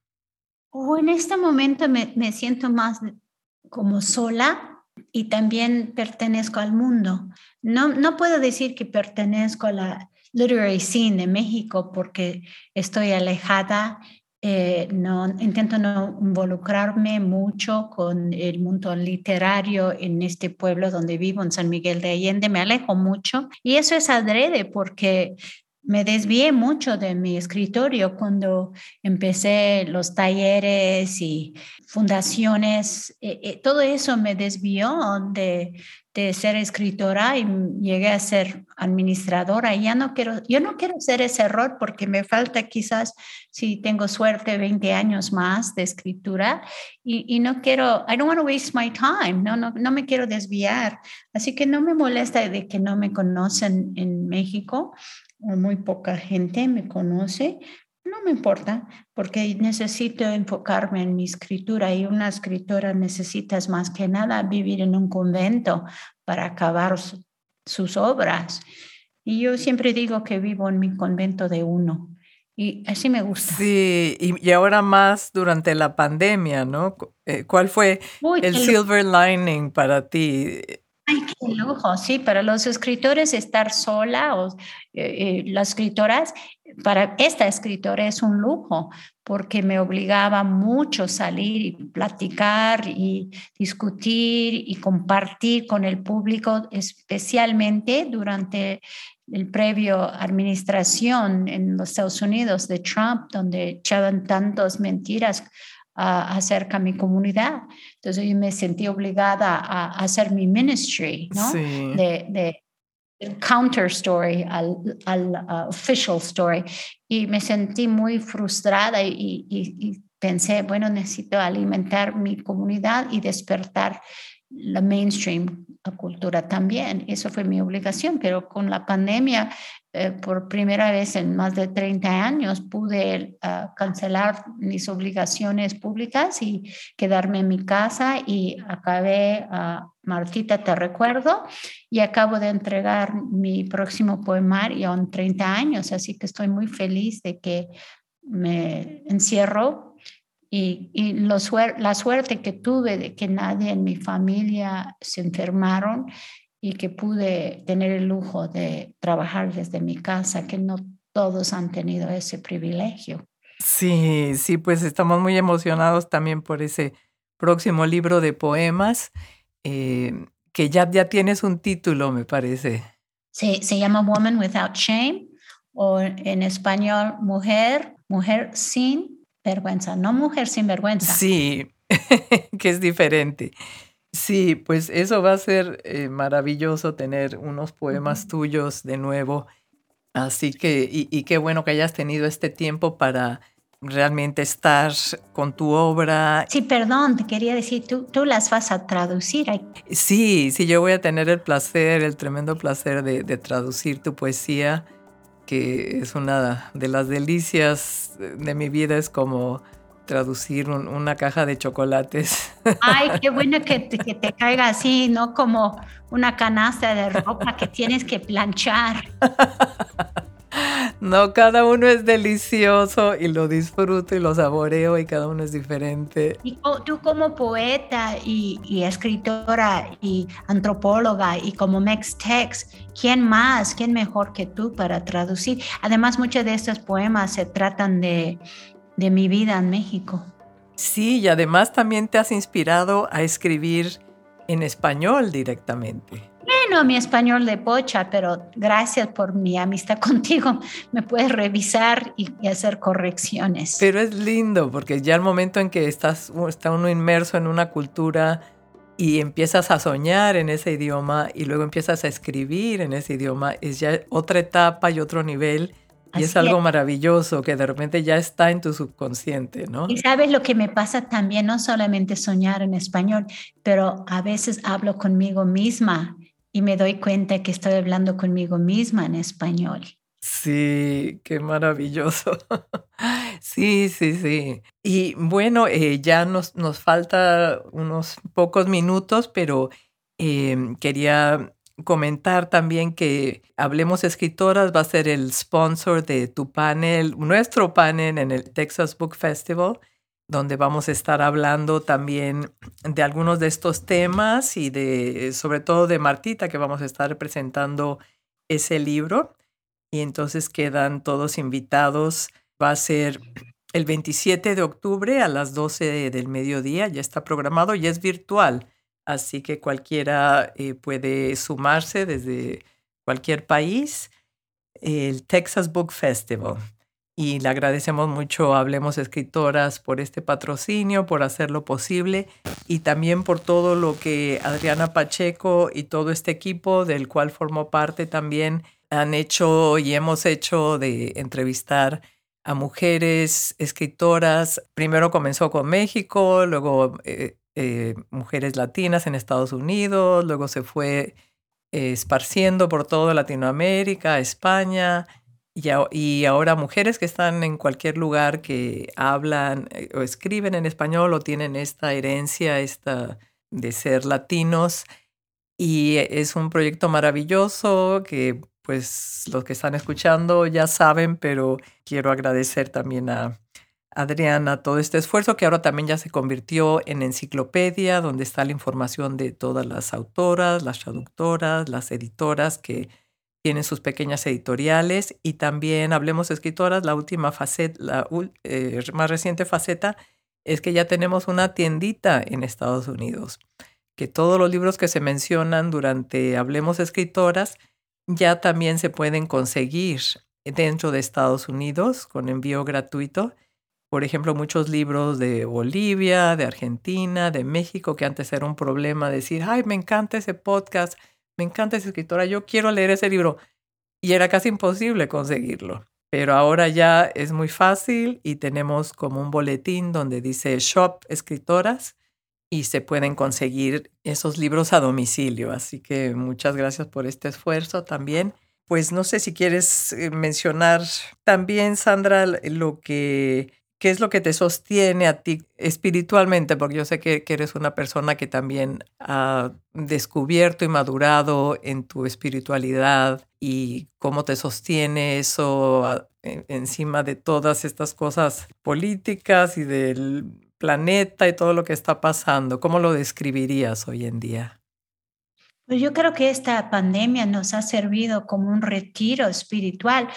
[SPEAKER 2] O en este momento me me siento más como sola y también pertenezco al mundo. No no puedo decir que pertenezco a la literary scene de México porque estoy alejada, eh, no intento no involucrarme mucho con el mundo literario en este pueblo donde vivo, en San Miguel de Allende, me alejo mucho y eso es adrede porque me desvié mucho de mi escritorio cuando empecé los talleres y fundaciones, eh, eh, todo eso me desvió de, de ser escritora y m- llegué a ser administradora. Y ya no quiero, yo no quiero hacer ese error porque me falta quizás, si tengo suerte, veinte años más de escritura y, y no quiero, I don't want to waste my time, no, no, no me quiero desviar. Así que no me molesta de que no me conocen en México, o muy poca gente me conoce, no me importa, porque necesito enfocarme en mi escritura y una escritora necesitas más que nada vivir en un convento para acabar su- sus obras. Y yo siempre digo que vivo en mi convento de uno y así me gusta.
[SPEAKER 1] Sí, y y ahora más durante la pandemia, ¿no? Cu eh, ¿cuál fue
[SPEAKER 2] Uy,
[SPEAKER 1] el
[SPEAKER 2] qué lu-
[SPEAKER 1] silver lining para ti?
[SPEAKER 2] ay, qué lujo, sí, para los escritores estar sola o eh, eh, las escritoras, para esta escritora es un lujo porque me obligaba mucho salir y platicar y discutir y compartir con el público, especialmente durante el previo administración en los Estados Unidos de Trump, donde echaban tantas mentiras a- acerca de mi comunidad. Entonces yo me sentí obligada a, a hacer mi ministry, ¿no?
[SPEAKER 1] Sí.
[SPEAKER 2] De, de el counter story al, al uh, official story. Y me sentí muy frustrada y, y, y pensé, bueno, necesito alimentar mi comunidad y despertar la mainstream cultura también. Eso fue mi obligación, pero con la pandemia, eh, por primera vez en más de treinta años, pude uh, cancelar mis obligaciones públicas y quedarme en mi casa y acabé, uh, Martita, te recuerdo, y acabo de entregar mi próximo poemario en treinta años, así que estoy muy feliz de que me encierro y, y lo suer la suerte que tuve de que nadie en mi familia se enfermaron y que pude tener el lujo de trabajar desde mi casa, que no todos han tenido ese privilegio.
[SPEAKER 1] Sí, sí, pues estamos muy emocionados también por ese próximo libro de poemas, eh, que ya, ya tienes un título, me parece.
[SPEAKER 2] Se, se llama Woman Without Shame, o en español, Mujer, Mujer sin vergüenza, no Mujer sin vergüenza.
[SPEAKER 1] Sí, que es diferente. Sí, pues eso va a ser eh, maravilloso tener unos poemas
[SPEAKER 2] Uh-huh.
[SPEAKER 1] tuyos de nuevo. Así que, y, y qué bueno que hayas tenido este tiempo para realmente estar con tu obra.
[SPEAKER 2] Sí, perdón, te quería decir, tú, tú las vas a traducir.
[SPEAKER 1] Sí, sí, yo voy a tener el placer, el tremendo placer de, de traducir tu poesía, que es una de las delicias de mi vida, es como traducir un, una caja de chocolates.
[SPEAKER 2] Ay, qué bueno que te, que te caiga así, no como una canasta de ropa que tienes que planchar.
[SPEAKER 1] No, cada uno es delicioso y lo disfruto y lo saboreo y cada uno es diferente.
[SPEAKER 2] Y tú como poeta y, y escritora y antropóloga y como Mextex, ¿quién más, quién mejor que tú para traducir? Además, muchos de estos poemas se tratan de, de mi vida en México.
[SPEAKER 1] Sí, y además también te has inspirado a escribir en español directamente.
[SPEAKER 2] Bueno, mi español de pocha, pero gracias por mi amistad contigo. Me puedes revisar y, y hacer correcciones.
[SPEAKER 1] Pero es lindo porque ya el momento en que estás, está uno inmerso en una cultura y empiezas a soñar en ese idioma y luego empiezas a escribir en ese idioma, es ya otra etapa y otro nivel. Y
[SPEAKER 2] Así
[SPEAKER 1] es algo
[SPEAKER 2] es.
[SPEAKER 1] maravilloso que de repente ya está en tu subconsciente, ¿no?
[SPEAKER 2] Y sabes lo que me pasa también, no solamente soñar en español, pero a veces hablo conmigo misma y me doy cuenta que estoy hablando conmigo misma en español.
[SPEAKER 1] Sí, qué maravilloso. Sí, sí, sí. Y bueno, eh, ya nos, nos falta unos pocos minutos, pero eh, quería comentar también que Hablemos Escritoras va a ser el sponsor de tu panel, nuestro panel en el Texas Book Festival, donde vamos a estar hablando también de algunos de estos temas y de, sobre todo de Martita, que vamos a estar presentando ese libro. Y entonces quedan todos invitados. Va a ser el veintisiete de octubre a las doce del mediodía, ya está programado y es virtual. Así que cualquiera eh, puede sumarse desde cualquier país, el Texas Book Festival. Y le agradecemos mucho a Hablemos Escritoras por este patrocinio, por hacerlo posible y también por todo lo que Adriana Pacheco y todo este equipo del cual formó parte también han hecho y hemos hecho de entrevistar a mujeres escritoras. Primero comenzó con México, luego eh, eh, mujeres latinas en Estados Unidos, luego se fue eh, esparciendo por toda Latinoamérica, España, y, a, y ahora mujeres que están en cualquier lugar que hablan eh, o escriben en español o tienen esta herencia esta de ser latinos. Y es un proyecto maravilloso que pues los que están escuchando ya saben, pero quiero agradecer también a Adriana todo este esfuerzo que ahora también ya se convirtió en enciclopedia, donde está la información de todas las autoras, las traductoras, las editoras que tienen sus pequeñas editoriales y también Hablemos Escritoras, la última faceta, la eh, más reciente faceta es que ya tenemos una tiendita en Estados Unidos, que todos los libros que se mencionan durante Hablemos Escritoras ya también se pueden conseguir dentro de Estados Unidos con envío gratuito. Por ejemplo, muchos libros de Bolivia, de Argentina, de México, que antes era un problema decir, ay, me encanta ese podcast, me encanta esa escritora, yo quiero leer ese libro. Y era casi imposible conseguirlo. Pero ahora ya es muy fácil y tenemos como un boletín donde dice Shop Escritoras y se pueden conseguir esos libros a domicilio. Así que muchas gracias por este esfuerzo también. Pues no sé si quieres mencionar también, Sandra, lo que, qué es lo que te sostiene a ti espiritualmente, porque yo sé que, que eres una persona que también ha descubierto y madurado en tu espiritualidad y cómo te sostiene eso a, en, encima de todas estas cosas políticas y del planeta y todo lo que está pasando. ¿Cómo lo describirías hoy en día?
[SPEAKER 2] Pues yo creo que esta pandemia nos ha servido como un retiro espiritual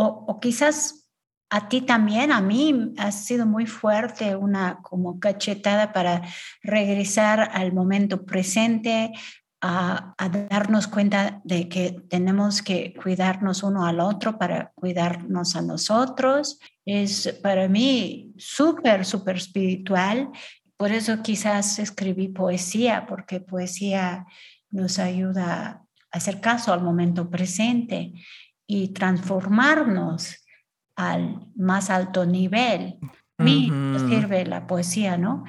[SPEAKER 2] o, o quizás a ti también, a mí ha sido muy fuerte, una como cachetada para regresar al momento presente, a, a darnos cuenta de que tenemos que cuidarnos uno al otro para cuidarnos a nosotros. Es para mí súper, súper espiritual. Por eso quizás escribí poesía, porque poesía nos ayuda a hacer caso al momento presente y transformarnos al más alto nivel. A mí me
[SPEAKER 1] Ujú.
[SPEAKER 2] sirve la poesía, ¿no?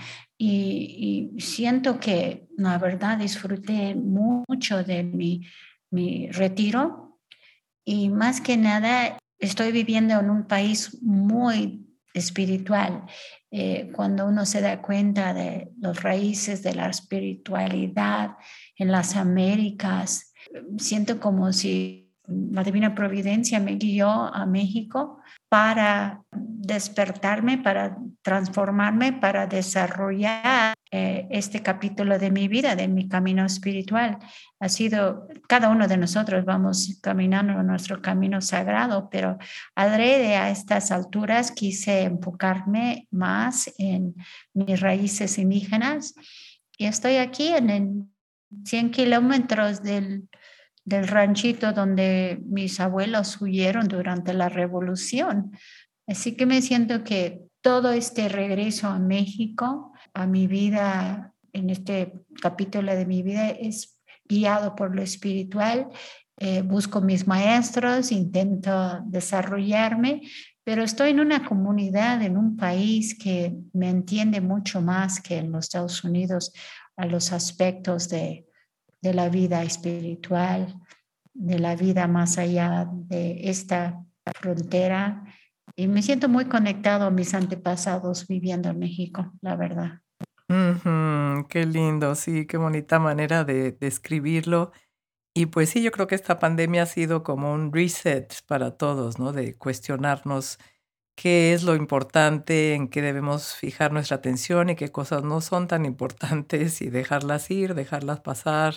[SPEAKER 2] Y, y siento que, la verdad, disfruté mucho de mi, mi retiro y más que nada estoy viviendo en un país muy espiritual. Eh, cuando uno se da cuenta de las raíces de la espiritualidad en las Américas, siento como si la Divina Providencia me guió a México para despertarme, para transformarme, para desarrollar eh, este capítulo de mi vida, de mi camino espiritual. Ha sido, cada uno de nosotros vamos caminando en nuestro camino sagrado, pero adrede a estas alturas quise enfocarme más en mis raíces indígenas y estoy aquí en el cien kilómetros del del ranchito donde mis abuelos huyeron durante la revolución. Así que me siento que todo este regreso a México, a mi vida, en este capítulo de mi vida, es guiado por lo espiritual. Eh, busco mis maestros, intento desarrollarme, pero estoy en una comunidad, en un país que me entiende mucho más que en los Estados Unidos a los aspectos de de la vida espiritual, de la vida más allá de esta frontera. Y me siento muy conectado a mis antepasados viviendo en México, la verdad.
[SPEAKER 1] Ujú, qué lindo, sí, qué bonita manera de describirlo. Y pues sí, yo creo que esta pandemia ha sido como un reset para todos, ¿no? De cuestionarnos qué es lo importante, en qué debemos fijar nuestra atención y qué cosas no son tan importantes y dejarlas ir, dejarlas pasar.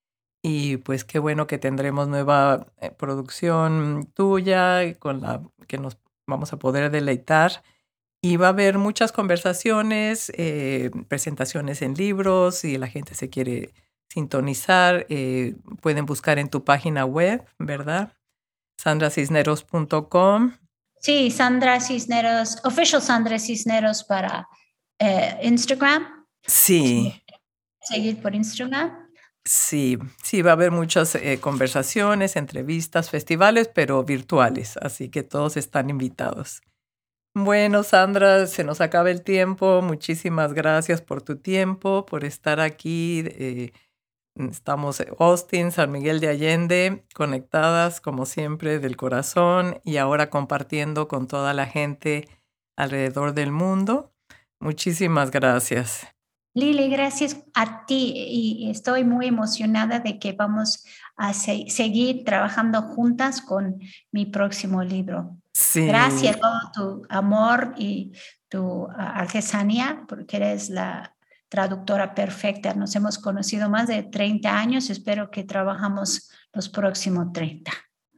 [SPEAKER 1] Y pues qué bueno que tendremos nueva eh, producción tuya y con la que nos vamos a poder deleitar. Y va a haber muchas conversaciones, eh, presentaciones en libros, si la gente se quiere sintonizar, eh, pueden buscar en tu página web, ¿verdad? sandra cisneros punto com.
[SPEAKER 2] Sí, Sandra Cisneros, Official Sandra Cisneros para eh, Instagram.
[SPEAKER 1] Sí,
[SPEAKER 2] Seguir por Instagram.
[SPEAKER 1] sí, sí, va a haber muchas eh, conversaciones, entrevistas, festivales, pero virtuales, así que todos están invitados. Bueno, Sandra, se nos acaba el tiempo. Muchísimas gracias por tu tiempo, por estar aquí. Eh, estamos en Austin, San Miguel de Allende, conectadas como siempre del corazón y ahora compartiendo con toda la gente alrededor del mundo. Muchísimas gracias.
[SPEAKER 2] Lili, gracias a ti y estoy muy emocionada de que vamos a se- seguir trabajando juntas con mi próximo libro.
[SPEAKER 1] Sí,
[SPEAKER 2] Gracias por tu amor y tu ah, artesanía, porque eres la traductora perfecta. Nos hemos conocido más de treinta años. Espero que trabajamos los próximos treinta.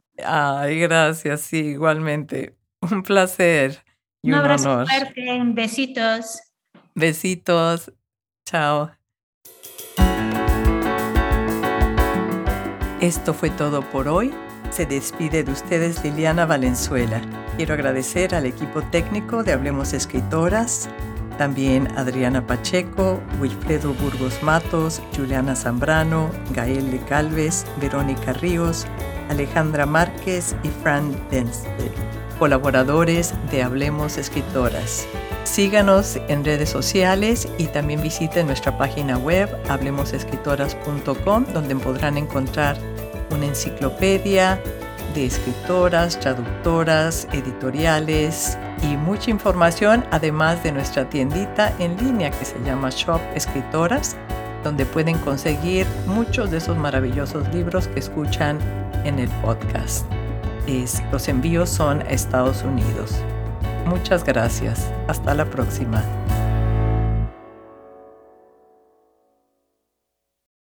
[SPEAKER 1] ay, gracias, sí, igualmente. Un placer y
[SPEAKER 2] Un
[SPEAKER 1] un
[SPEAKER 2] abrazo
[SPEAKER 1] honor.
[SPEAKER 2] fuerte, besitos.
[SPEAKER 1] Besitos. Chao. Esto fue todo por hoy. Se despide de ustedes Liliana Valenzuela. Quiero agradecer al equipo técnico de Hablemos Escritoras, también Adriana Pacheco, Wilfredo Burgos Matos, Juliana Zambrano, Gael de Calves, Verónica Ríos, Alejandra Márquez y Fran Denstedt, colaboradores de Hablemos Escritoras. Síganos en redes sociales y también visiten nuestra página web hablemos escritoras punto com, donde podrán encontrar una enciclopedia de escritoras, traductoras, editoriales y mucha información, además de nuestra tiendita en línea que se llama Shop Escritoras, donde pueden conseguir muchos de esos maravillosos libros que escuchan en el podcast. Es, los envíos son a Estados Unidos. Muchas gracias. Hasta la próxima.